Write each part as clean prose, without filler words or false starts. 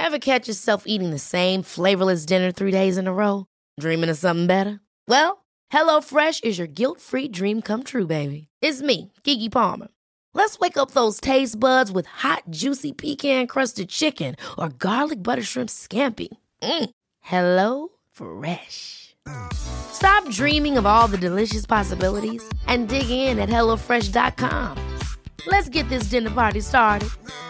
Ever catch yourself eating the same flavorless dinner 3 days in a row? Dreaming of something better? Well, HelloFresh is your guilt-free dream come true, baby. It's me, Keke Palmer. Let's wake up those taste buds with hot, juicy pecan-crusted chicken or garlic butter shrimp scampi. Hello Fresh. Stop dreaming of all the delicious possibilities and dig in at HelloFresh.com. Let's get this dinner party started.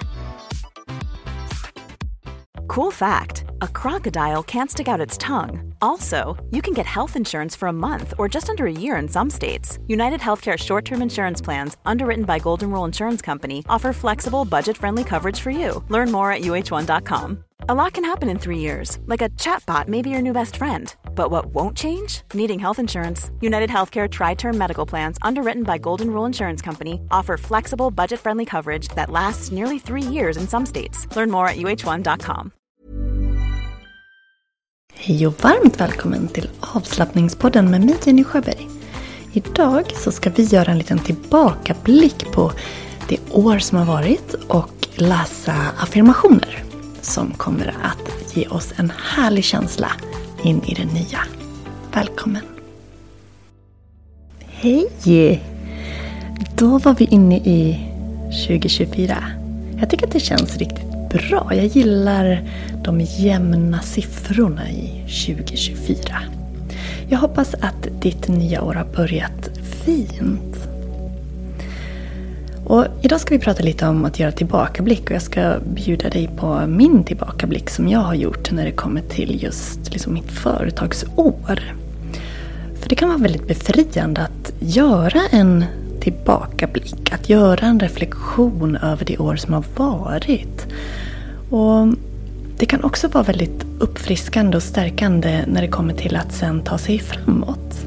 Cool fact, a crocodile can't stick out its tongue. Also, you can get health insurance for a month or just under a year in some states. United Healthcare short-term insurance plans, underwritten by Golden Rule Insurance Company, offer flexible, budget-friendly coverage for you. Learn more at uh1.com. A lot can happen in 3 years, like a chatbot may be your new best friend. But what won't change? Needing health insurance. United Healthcare Tri-Term Medical Plans, underwritten by Golden Rule Insurance Company, offer flexible, budget-friendly coverage that lasts nearly 3 years in some states. Learn more at uh1.com. Hej och varmt välkommen till avslappningspodden med mig, Jenny Sjöberg. Idag så ska vi göra en liten tillbakablick på det år som har varit och läsa affirmationer som kommer att ge oss en härlig känsla in i det nya. Välkommen! Hej! Då var vi inne i 2024. Jag tycker att det känns riktigt bra. Jag gillar de jämna siffrorna i 2024. Jag hoppas att ditt nya år har börjat fint. Och idag ska vi prata lite om att göra tillbakablick. Och jag ska bjuda dig på min tillbakablick som jag har gjort när det kommer till just mitt företagsår. För det kan vara väldigt befriande att göra en tillbakablick. Att göra en reflektion över det år som har varit. Och det kan också vara väldigt uppfriskande och stärkande när det kommer till att sen ta sig framåt.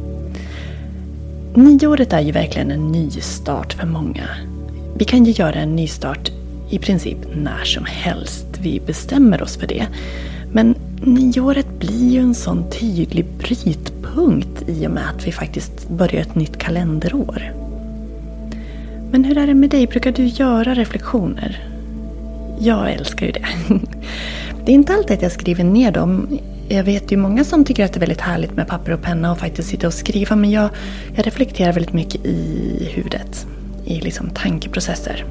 Nyåret är ju verkligen en ny start för många. Vi kan ju göra en ny start i princip när som helst vi bestämmer oss för det. Men nyåret blir ju en sån tydlig brytpunkt i och med att vi faktiskt börjar ett nytt kalenderår. Men hur är det med dig? Brukar du göra reflektioner? Jag älskar ju det. Det är inte alltid att jag skriver ner dem. Jag vet ju många som tycker att det är väldigt härligt med papper och penna och faktiskt sitta och skriva. Men jag reflekterar väldigt mycket i huvudet. I tankeprocesser.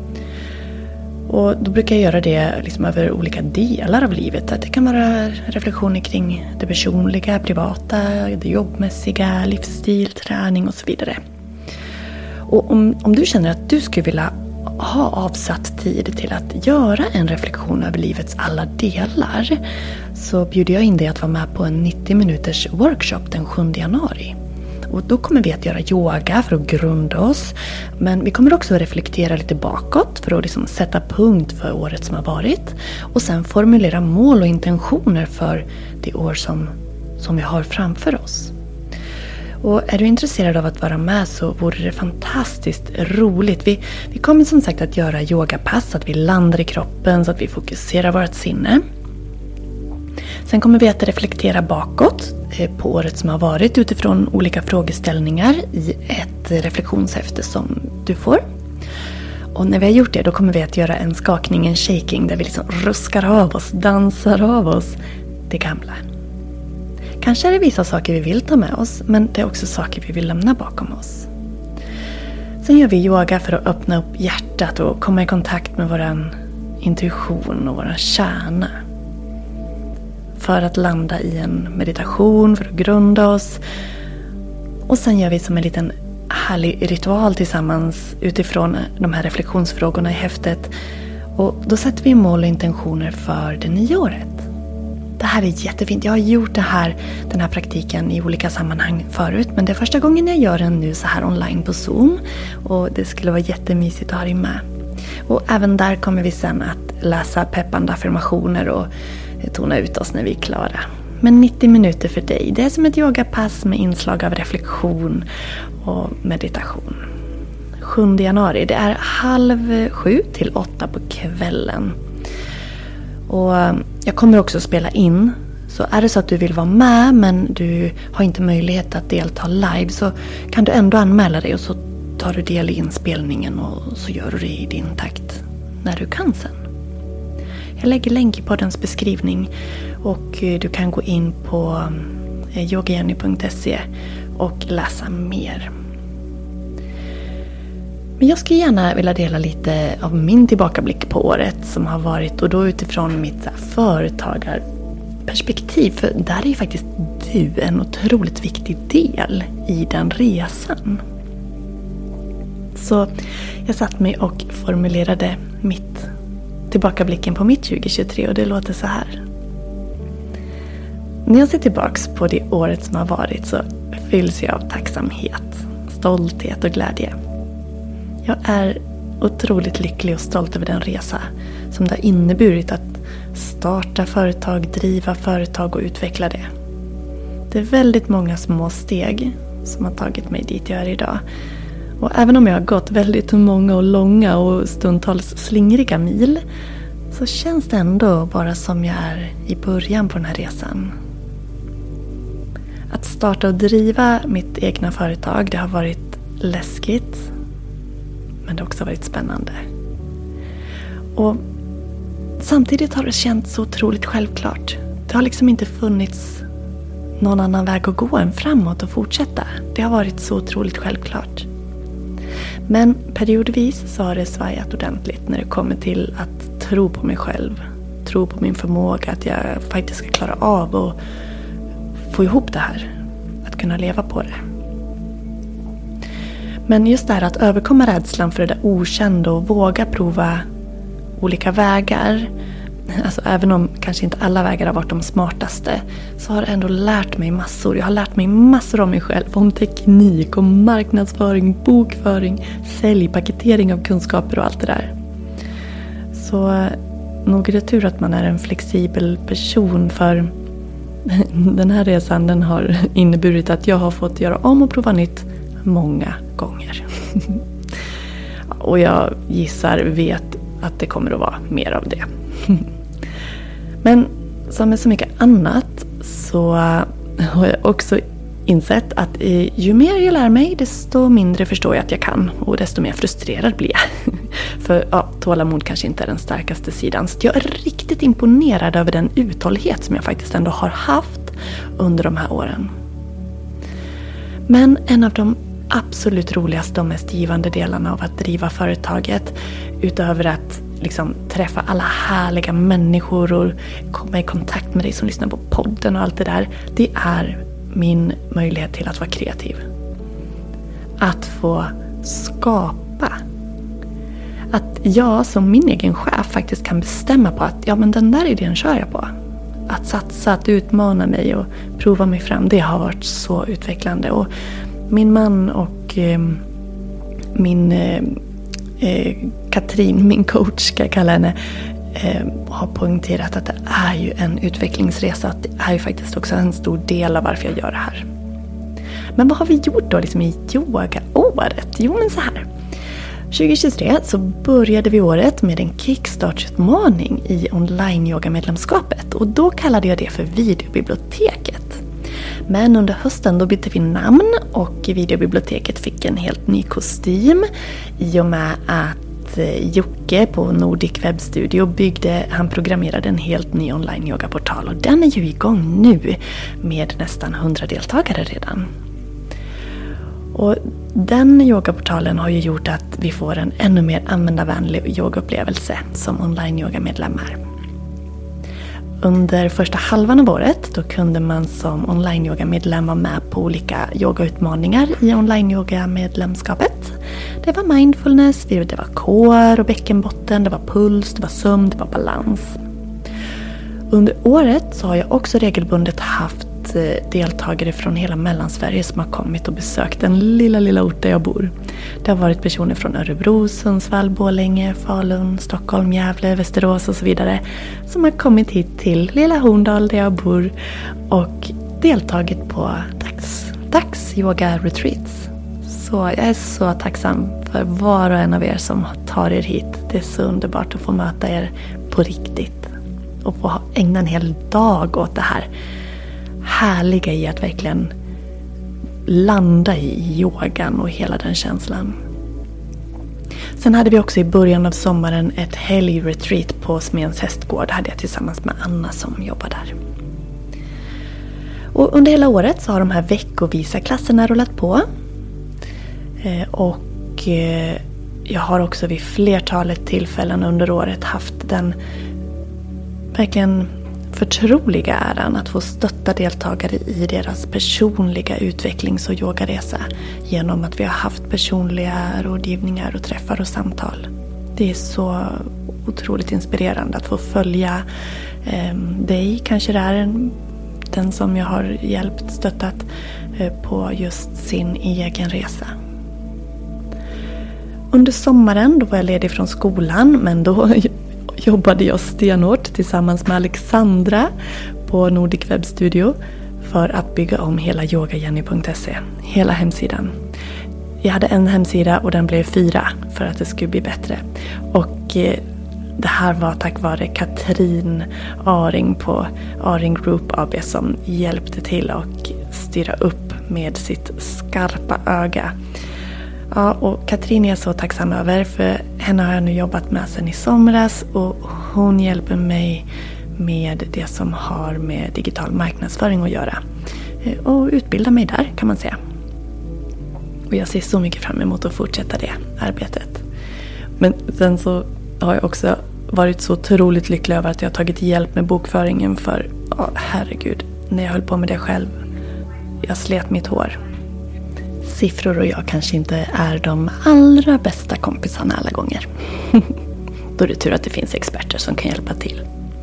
Och då brukar jag göra det över olika delar av livet. Att det kan vara reflektioner kring det personliga, privata, det jobbmässiga, livsstil, träning och så vidare. Och om du känner att du skulle vilja ha avsatt tid till att göra en reflektion över livets alla delar, så bjuder jag in dig att vara med på en 90 minuters workshop den 7 januari. Och då kommer vi att göra yoga för att grunda oss. Men vi kommer också att reflektera lite bakåt för att sätta punkt för året som har varit. Och sen formulera mål och intentioner för det år som vi har framför oss. Och är du intresserad av att vara med så vore det fantastiskt roligt. Vi kommer som sagt att göra yogapass så att vi landar i kroppen, så att vi fokuserar vårt sinne. Sen kommer vi att reflektera bakåt på året som har varit utifrån olika frågeställningar i ett reflektionshäfte som du får. Och när vi har gjort det, då kommer vi att göra en skakning, en shaking, där vi ruskar av oss, dansar av oss det gamla. Kanske är det vissa saker vi vill ta med oss, men det är också saker vi vill lämna bakom oss. Sen gör vi yoga för att öppna upp hjärtat och komma i kontakt med vår intuition och vår kärna. För att landa i en meditation, för att grunda oss. Och sen gör vi som en liten härlig ritual tillsammans utifrån de här reflektionsfrågorna i häftet. Och då sätter vi mål och intentioner för det nya året. Det här är jättefint. Jag har gjort den här praktiken i olika sammanhang förut. Men det är första gången jag gör den nu så här online på Zoom. Och det skulle vara jättemysigt att ha dig med. Och även där kommer vi sen att läsa peppande affirmationer och tona ut oss när vi är klara. Men 90 minuter för dig. Det är som ett yogapass med inslag av reflektion och meditation. 7 januari. Det är 6:30 till 8 på kvällen. Och jag kommer också spela in. Så är det så att du vill vara med men du har inte möjlighet att delta live, så kan du ändå anmäla dig och så tar du del i inspelningen och så gör du det i din takt när du kan sen. Jag lägger länk i poddens beskrivning och du kan gå in på yogajenny.se och läsa mer. Men jag skulle gärna vilja dela lite av min tillbakablick på året som har varit, och då utifrån mitt företagarperspektiv. För där är ju faktiskt du en otroligt viktig del i den resan. Så jag satt mig och formulerade tillbakablicken på mitt 2023, och det låter så här. När jag ser tillbaks på det året som har varit så fylls jag av tacksamhet, stolthet och glädje. Jag är otroligt lycklig och stolt över den resa som det har inneburit att starta företag, driva företag och utveckla det. Det är väldigt många små steg som har tagit mig dit jag är idag. Och även om jag har gått väldigt många och långa och stundtals slingriga mil, så känns det ändå bara som jag är i början på den här resan. Att starta och driva mitt egna företag, det har varit läskigt, men det har också varit spännande. Och samtidigt har det känts så otroligt självklart. Det har liksom inte funnits någon annan väg att gå än framåt och fortsätta. Det har varit så otroligt självklart. Men periodvis så har det svajat ordentligt när det kommer till att tro på mig själv. Tro på min förmåga att jag faktiskt ska klara av och få ihop det här. Att kunna leva på det. Men just det här att överkomma rädslan för det där okända och våga prova olika vägar. Alltså även om kanske inte alla vägar har varit de smartaste, så har det ändå lärt mig massor. Jag har lärt mig massor om mig själv. Om teknik, om marknadsföring, bokföring, sälj, paketering av kunskaper och allt det där. Så nog är det tur att man är en flexibel person, för den här resan den har inneburit att jag har fått göra om och prova nytt många gånger. Och jag vet att det kommer att vara mer av det. Men som med så mycket annat så har jag också insett att ju mer jag lär mig, desto mindre förstår jag att jag kan. Och desto mer frustrerad blir jag. För tålamod kanske inte är den starkaste sidan. Så jag är riktigt imponerad över den uthållighet som jag faktiskt ändå har haft under de här åren. Men en av de absolut roligaste och mest givande delarna av att driva företaget, utöver att liksom träffa alla härliga människor och komma i kontakt med dig som lyssnar på podden och allt det där, det är min möjlighet till att vara kreativ. Att få skapa. Att jag som min egen chef faktiskt kan bestämma på att men den där idén kör jag på. Att satsa, att utmana mig och prova mig fram, det har varit så utvecklande. Och min man och min Katrin, min coach ska jag kalla henne, har poängterat att det är ju en utvecklingsresa. Att det är ju faktiskt också en stor del av varför jag gör det här. Men vad har vi gjort då liksom i yogaåret? Jo, men så här. 2023 så började vi året med en kickstart-utmaning i online-yoga-medlemskapet. Och då kallade jag det för videobiblioteket. Men under hösten då bytte vi namn och videobiblioteket fick en helt ny kostym i och med att Jocke på Nordic Webstudio han programmerade en helt ny online-yoga-portal, och den är ju igång nu med nästan 100 deltagare redan. Och den yogaportalen har ju gjort att vi får en ännu mer användarvänlig yogaupplevelse som online-yoga-medlemmar. Under första halvan av året då kunde man som online-yoga-medlem vara med på olika yogautmaningar i online-yoga-medlemskapet. Det var mindfulness, det var core och bäckenbotten, det var puls, det var sömn, det var balans. Under året så har jag också regelbundet haft deltagare från hela Mellansverige som har kommit och besökt den lilla ort där jag bor. Det har varit personer från Örebro, Sundsvall, Borlänge, Falun, Stockholm, Gävle, Västerås och så vidare som har kommit hit till lilla Horndal där jag bor och deltagit på dags yoga retreats. Så jag är så tacksam för var och en av er som tar er hit. Det är så underbart att få möta er på riktigt och få ägna en hel dag åt det här härliga i att verkligen landa i yogan och hela den känslan. Sen hade vi också i början av sommaren ett helgretreat på Smedens hästgård. Det hade jag tillsammans med Anna som jobbar där. Och under hela året så har de här veckovisa klasserna rullat på. Och jag har också vid flertalet tillfällen under året haft den verkligen förtroliga äran att få stötta deltagare i deras personliga utvecklings- och yogaresa genom att vi har haft personliga rådgivningar och träffar och samtal. Det är så otroligt inspirerande att få följa dig, kanske det är den som jag har hjälpt, stöttat på just sin egen resa. Under sommaren då var jag ledig från skolan, men då jobbade jag stenhårt tillsammans med Alexandra på Nordic Web Studio för att bygga om hela yogajenny.se, hela hemsidan. Jag hade en hemsida och den blev 4 för att det skulle bli bättre. Och det här var tack vare Katrin Aring på Aring Group AB som hjälpte till och styra upp med sitt skarpa öga. Ja, och Katrin är jag så tacksam över, för henne har jag nu jobbat med sedan i somras och hon hjälper mig med det som har med digital marknadsföring att göra. Och utbilda mig där, kan man säga. Och jag ser så mycket fram emot att fortsätta det arbetet. Men sen så har jag också varit så otroligt lycklig över att jag har tagit hjälp med bokföringen, för herregud, när jag höll på med det själv, jag slet mitt hår. Siffror och jag kanske inte är de allra bästa kompisarna alla gånger. Då är det tur att det finns experter som kan hjälpa till.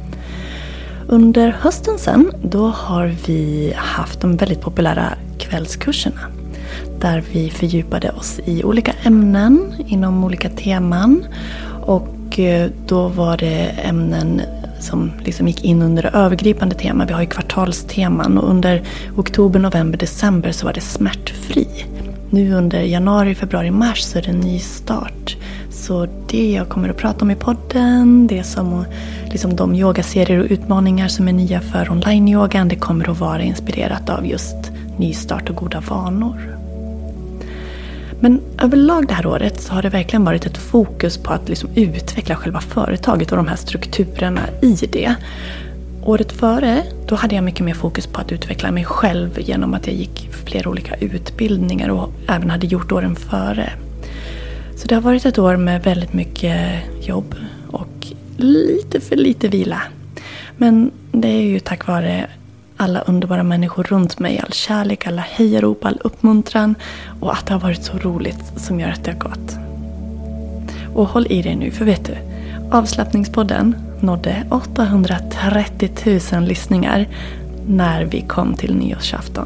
Under hösten sen, då har vi haft de väldigt populära kvällskurserna. Där vi fördjupade oss i olika ämnen inom olika teman. Och då var det ämnen som liksom gick in under det övergripande temat. Vi har ju kvartalsteman och under oktober, november, december så var det smärtfri. Nu under januari, februari, mars så är det en ny start. Så det jag kommer att prata om i podden, det som liksom de yogaserier och utmaningar som är nya för online-yogan, det kommer att vara inspirerat av just nystart och goda vanor. Men överlag det här året så har det verkligen varit ett fokus på att liksom utveckla själva företaget och de här strukturerna i det. Året före, då hade jag mycket mer fokus på att utveckla mig själv genom att jag gick flera olika utbildningar och även hade gjort åren före. Så det har varit ett år med väldigt mycket jobb och lite för lite vila. Men det är ju tack vare alla underbara människor runt mig, all kärlek, alla hejarop, all uppmuntran och att det har varit så roligt som gör att det har gått. Och håll i dig nu, för vet du, Avslappningspodden nådde 830 000 lyssningar när vi kom till nyårsafton.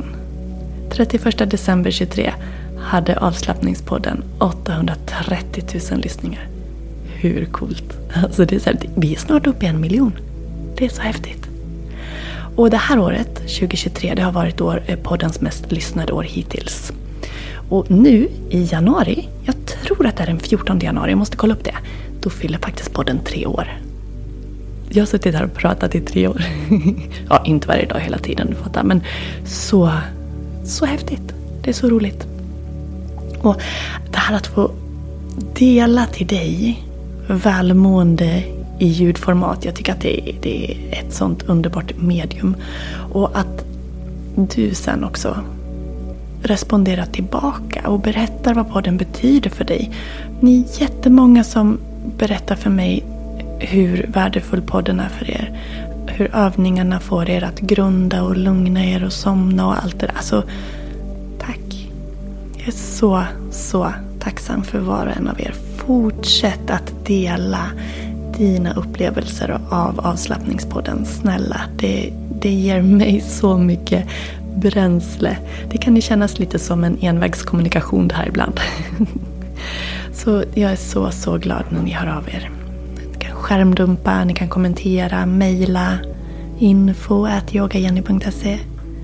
31 december 23 hade Avslappningspodden 830 000 lyssningar. Hur coolt? Alltså det är så här, vi är snart uppe i 1 miljon. Det är så häftigt. Och det här året, 2023, det har varit poddens mest lyssnade år hittills. Och nu i januari, jag tror att det är den 14 januari, jag måste kolla upp det. Då fyller faktiskt podden 3 år. Jag har suttit här och pratat i 3 år. Ja, inte varje dag hela tiden, du fattar. Men så häftigt. Det är så roligt. Och det här att få dela till dig välmående i ljudformat. Jag tycker att det är ett sånt underbart medium. Och att du sen också responderar tillbaka och berättar vad podden betyder för dig. Ni är jättemånga som berättar för mig hur värdefull podden är för er. Hur övningarna får er att grunda och lugna er och somna och allt det där. Alltså, tack. Jag är så tacksam för var och en av er. Fortsätt att dela dina upplevelser av avslappningspodden. Snälla, det ger mig så mycket bränsle. Det kan ju kännas lite som en envägskommunikation det här ibland. Så jag är så glad när ni hör av er. Ni kan skärmdumpa, ni kan kommentera, mejla info@yogajenny.se.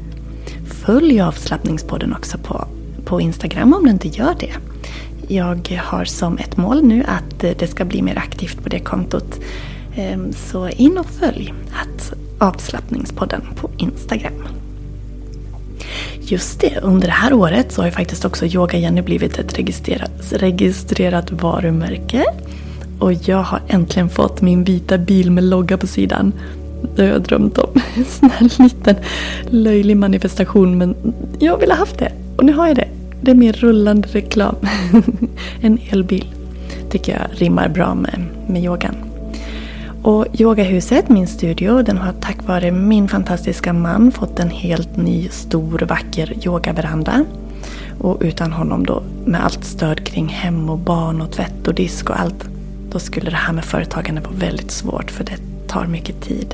Följ avslappningspodden också på Instagram om du inte gör det. Jag har som ett mål nu att det ska bli mer aktivt på det kontot. Så in och följ avslappningspodden på Instagram. just det, under det här året så har ju faktiskt också Yoga Jenny blivit ett registrerat varumärke. Och jag har äntligen fått min vita bil med logga på sidan. Det har jag drömt om. En sån här liten löjlig manifestation, men jag ville ha haft det. Och nu har jag det. Det är mer rullande reklam. En elbil. Tycker jag rimmar bra med yogan. Och yogahuset, min studio, den har tack vare min fantastiska man fått en helt ny, stor, vacker yogaveranda. Och utan honom då, med allt stöd kring hem och barn och tvätt och disk och allt, då skulle det här med företagande vara väldigt svårt, för det tar mycket tid.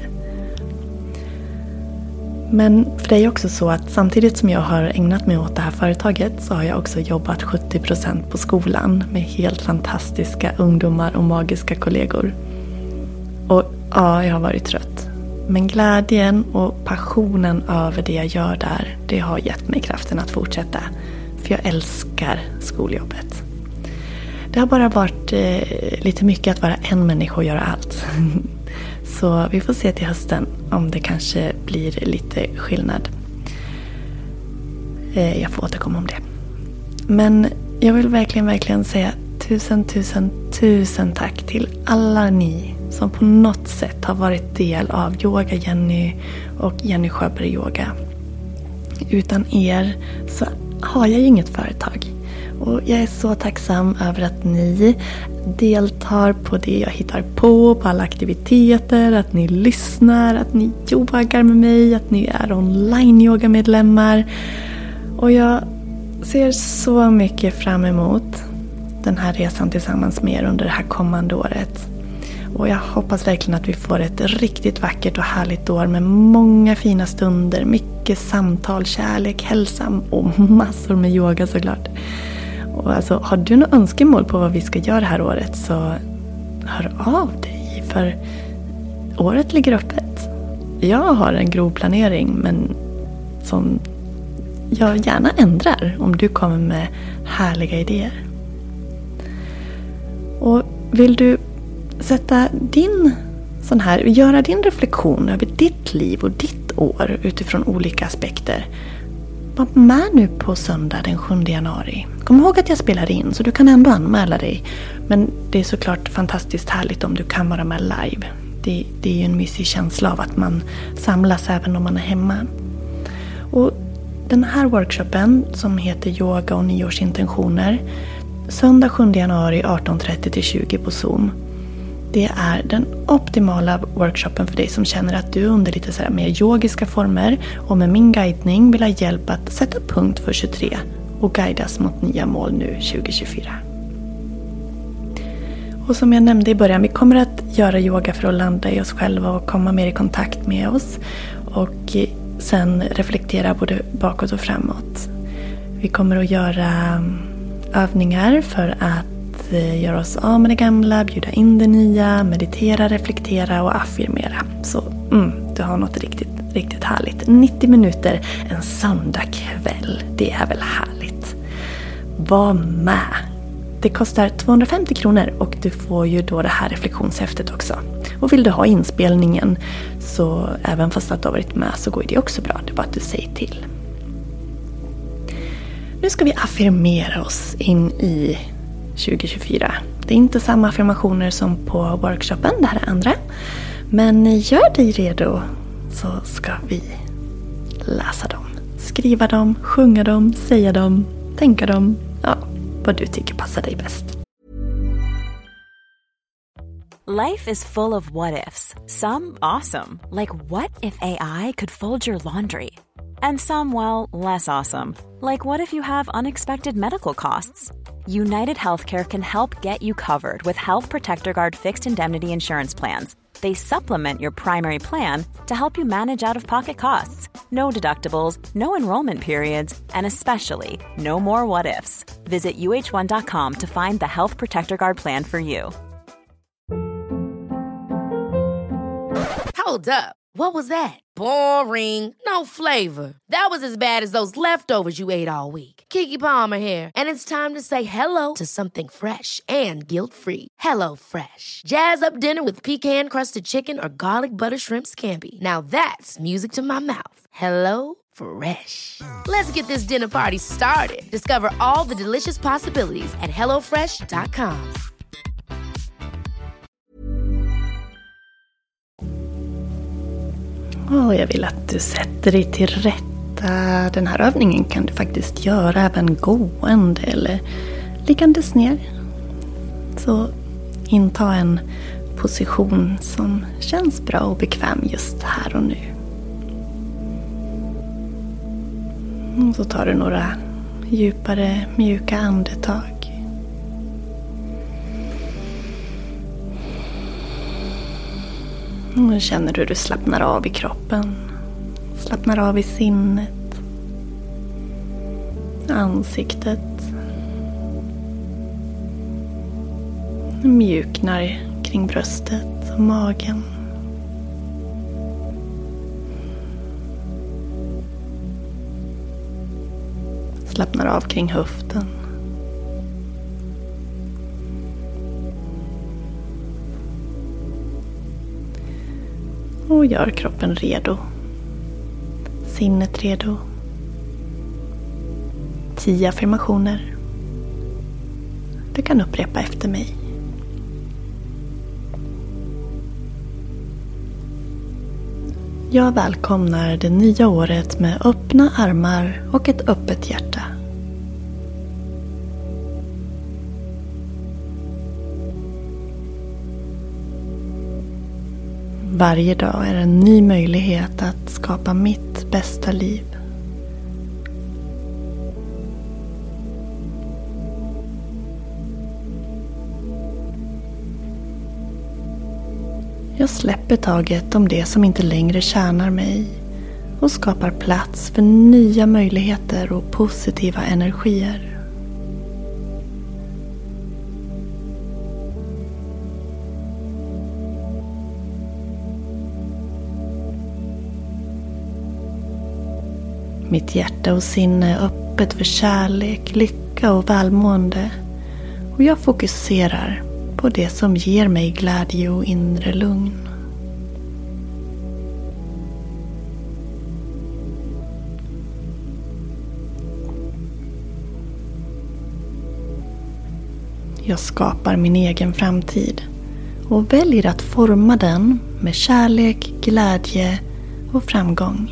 Men för det är också så att samtidigt som jag har ägnat mig åt det här företaget så har jag också jobbat 70% på skolan med helt fantastiska ungdomar och magiska kollegor. Och ja, jag har varit trött. Men glädjen och passionen över det jag gör där, det har gett mig kraften att fortsätta. För jag älskar skoljobbet. Det har bara varit lite mycket att vara en människa och göra allt. Så vi får se till hösten om det kanske blir lite skillnad. Jag får återkomma om det. Men jag vill verkligen säga tusen tack till alla ni som på något sätt har varit del av Yoga Jenny och Jenny Sjöberg Yoga. Utan er så har jag ju inget företag. Och jag är så tacksam över att ni deltar på det jag hittar på alla aktiviteter, att ni lyssnar, att ni yogar med mig, att ni är online-yogamedlemmar. Och jag ser så mycket fram emot den här resan tillsammans med er under det här kommande året. Och jag hoppas verkligen att vi får ett riktigt vackert och härligt år med många fina stunder, mycket samtal, kärlek, hälsa och massor med yoga såklart. Och alltså, har du några önskemål på vad vi ska göra det här året så hör av dig, för året ligger öppet. Jag har en grov planering, men som jag gärna ändrar om du kommer med härliga idéer. Och vill du sätta göra din reflektion över ditt liv och ditt år utifrån olika aspekter, var med nu på söndag den 7 januari. Kom ihåg att jag spelar in så du kan ändå anmäla dig. Men det är såklart fantastiskt härligt om du kan vara med live. Det är ju en mysig känsla av att man samlas även om man är hemma. Och den här workshopen som heter Yoga och nyårsintentioner, söndag 7 januari 18:30 till 20 på Zoom. Det är den optimala workshopen för dig som känner att du under lite så här mer yogiska former och med min guidning vill ha hjälp att sätta punkt för 23 och guidas mot nya mål nu 2024. Och som jag nämnde i början, vi kommer att göra yoga för att landa i oss själva och komma mer i kontakt med oss och sen reflektera både bakåt och framåt. Vi kommer att göra övningar för att göra oss av med det gamla, bjuda in det nya, meditera, reflektera och affirmera. Så du har något riktigt härligt. 90 minuter en söndagkväll. Det är väl härligt. Var med! Det kostar 250 kronor och du får ju då det här reflektionshäftet också. Och vill du ha inspelningen så även fast att du har varit med så går det också bra. Det är bara att du säger till. Nu ska vi affirmera oss in i 2024. Det är inte samma affirmationer som på workshopen, det här är andra. Men gör dig redo så ska vi läsa dem, skriva dem, sjunga dem, säga dem, tänka dem. Ja, vad du tycker passar dig bäst. Life is full of what-ifs. Some awesome, like what if AI could fold your laundry? And some, well, less awesome, like what if you have unexpected medical costs? United Healthcare can help get you covered with Health Protector Guard fixed indemnity insurance plans. They supplement your primary plan to help you manage out-of-pocket costs. No deductibles, no enrollment periods, and especially no more what-ifs. Visit uh1.com to find the Health Protector Guard plan for you. Hold up. What was that? Boring. No flavor. That was as bad as those leftovers you ate all week. Keke Palmer here. And it's time to say hello to something fresh and guilt-free. Hello Fresh. Jazz up dinner with pecan-crusted chicken or garlic butter shrimp scampi. Now that's music to my mouth. Hello Fresh. Let's get this dinner party started. Discover all the delicious possibilities at hellofresh.com. Jag vill att du sätter dig till rätta. Den här övningen kan du faktiskt göra även gående eller liggandes ner. Så inta en position som känns bra och bekväm just här och nu. Och så tar du några djupare, mjuka andetag. Och känner hur du slappnar av i kroppen. Slappnar av i sinnet. Ansiktet. Mjuknar kring bröstet och magen. Slappnar av kring höften. Och gör kroppen redo. Sinnet redo. 10 affirmationer. Du kan upprepa efter mig. Jag välkomnar det nya året med öppna armar och ett öppet hjärta. Varje dag är en ny möjlighet att skapa mitt bästa liv. Jag släpper taget om det som inte längre tjänar mig och skapar plats för nya möjligheter och positiva energier. Mitt hjärta och sinne är öppet för kärlek, lycka och välmående och jag fokuserar på det som ger mig glädje och inre lugn. Jag skapar min egen framtid och väljer att forma den med kärlek, glädje och framgång.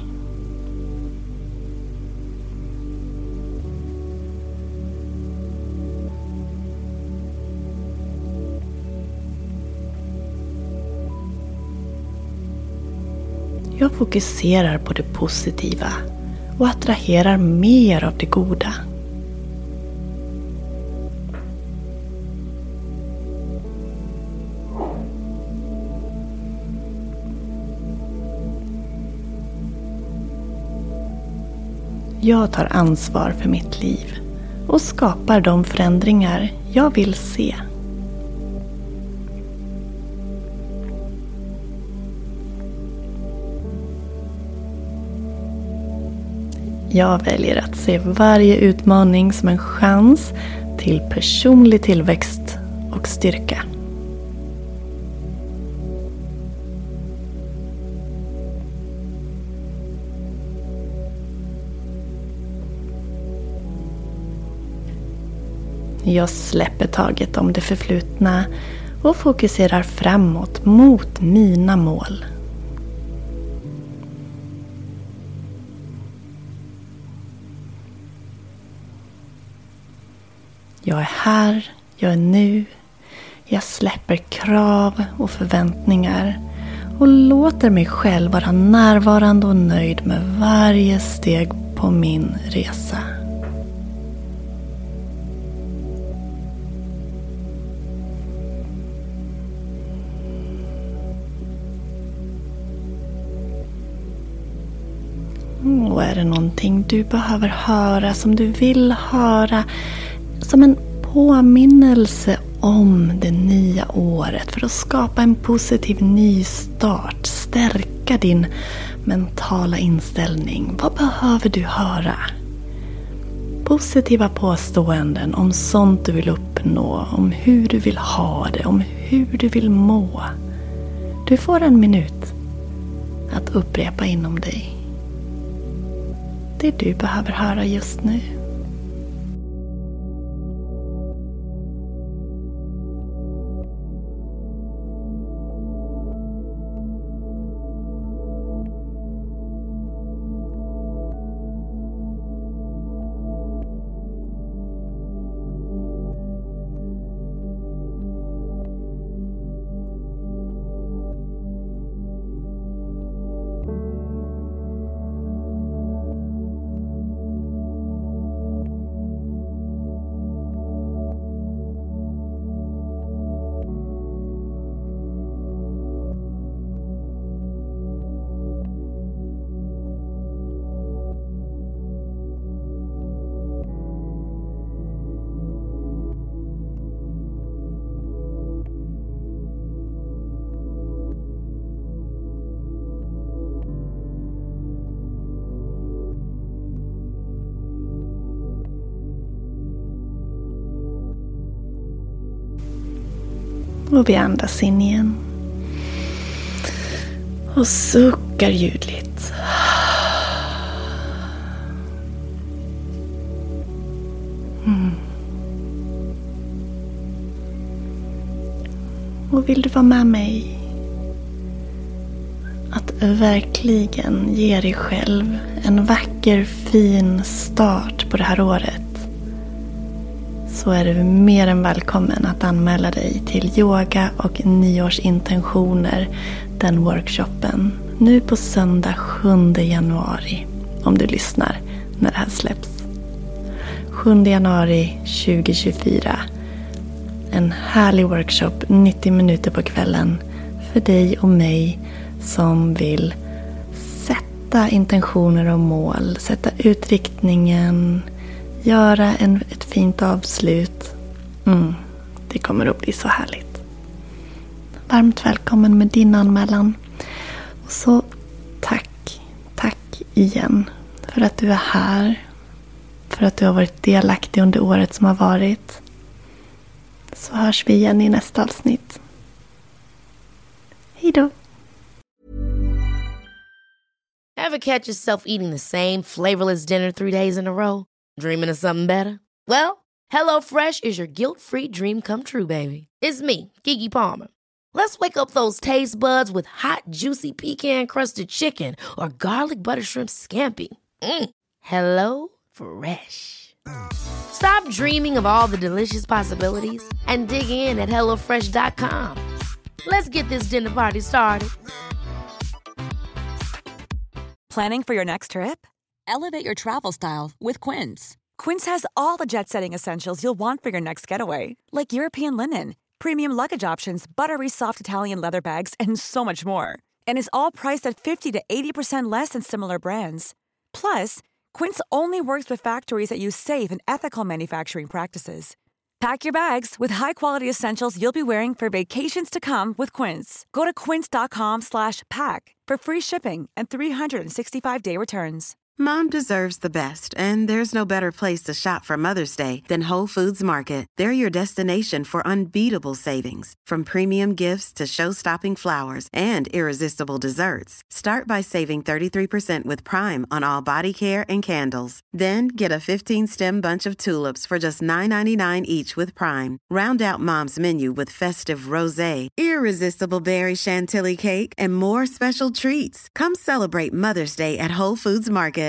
Jag fokuserar på det positiva och attraherar mer av det goda. Jag tar ansvar för mitt liv och skapar de förändringar jag vill se. Jag väljer att se varje utmaning som en chans till personlig tillväxt och styrka. Jag släpper taget om det förflutna och fokuserar framåt mot mina mål. Jag är här, jag är nu. Jag släpper krav och förväntningar och låter mig själv vara närvarande och nöjd med varje steg på min resa. Och är det någonting du behöver höra, som du vill höra, som en påminnelse om det nya året för att skapa en positiv nystart, stärka din mentala inställning. Vad behöver du höra? Positiva påståenden om sånt du vill uppnå, om hur du vill ha det, om hur du vill må. Du får 1 minut att upprepa inom dig. det du behöver höra just nu. Och vi andas in igen. Och suckar ljudligt. Och vill du vara med mig att verkligen ge dig själv en vacker, fin start på det här året, så är du mer än välkommen att anmäla dig till yoga och nyårsintentioner, den workshopen, nu på söndag 7 januari, om du lyssnar när det här släpps. 7 januari 2024. En härlig workshop, 90 minuter på kvällen, för dig och mig som vill sätta intentioner och mål, sätta ut riktningen, göra ett fint avslut. Det kommer att bli så härligt. Varmt välkommen med din anmälan. Och så tack igen för att du är här. För att du har varit delaktig under året som har varit. Så hörs vi igen i nästa avsnitt. Hej då! Ever catch yourself eating the same flavorless dinner 3 days in a row? Dreaming of something better? Well, HelloFresh is your guilt-free dream come true, baby. It's me, Keke Palmer. Let's wake up those taste buds with hot, juicy pecan-crusted chicken or garlic butter shrimp scampi. Hello Fresh. Stop dreaming of all the delicious possibilities and dig in at HelloFresh.com. Let's get this dinner party started. Planning for your next trip? Elevate your travel style with Quince. Quince has all the jet-setting essentials you'll want for your next getaway, like European linen, premium luggage options, buttery soft Italian leather bags, and so much more. And is all priced at 50 to 80% less than similar brands. Plus, Quince only works with factories that use safe and ethical manufacturing practices. Pack your bags with high-quality essentials you'll be wearing for vacations to come with Quince. Go to quince.com/pack for free shipping and 365-day returns. Mom deserves the best, and there's no better place to shop for Mother's Day than Whole Foods Market. They're your destination for unbeatable savings, from premium gifts to show-stopping flowers and irresistible desserts. Start by saving 33% with Prime on all body care and candles. Then get a 15-stem bunch of tulips for just $9.99 each with Prime. Round out Mom's menu with festive rosé, irresistible berry chantilly cake, and more special treats. Come celebrate Mother's Day at Whole Foods Market.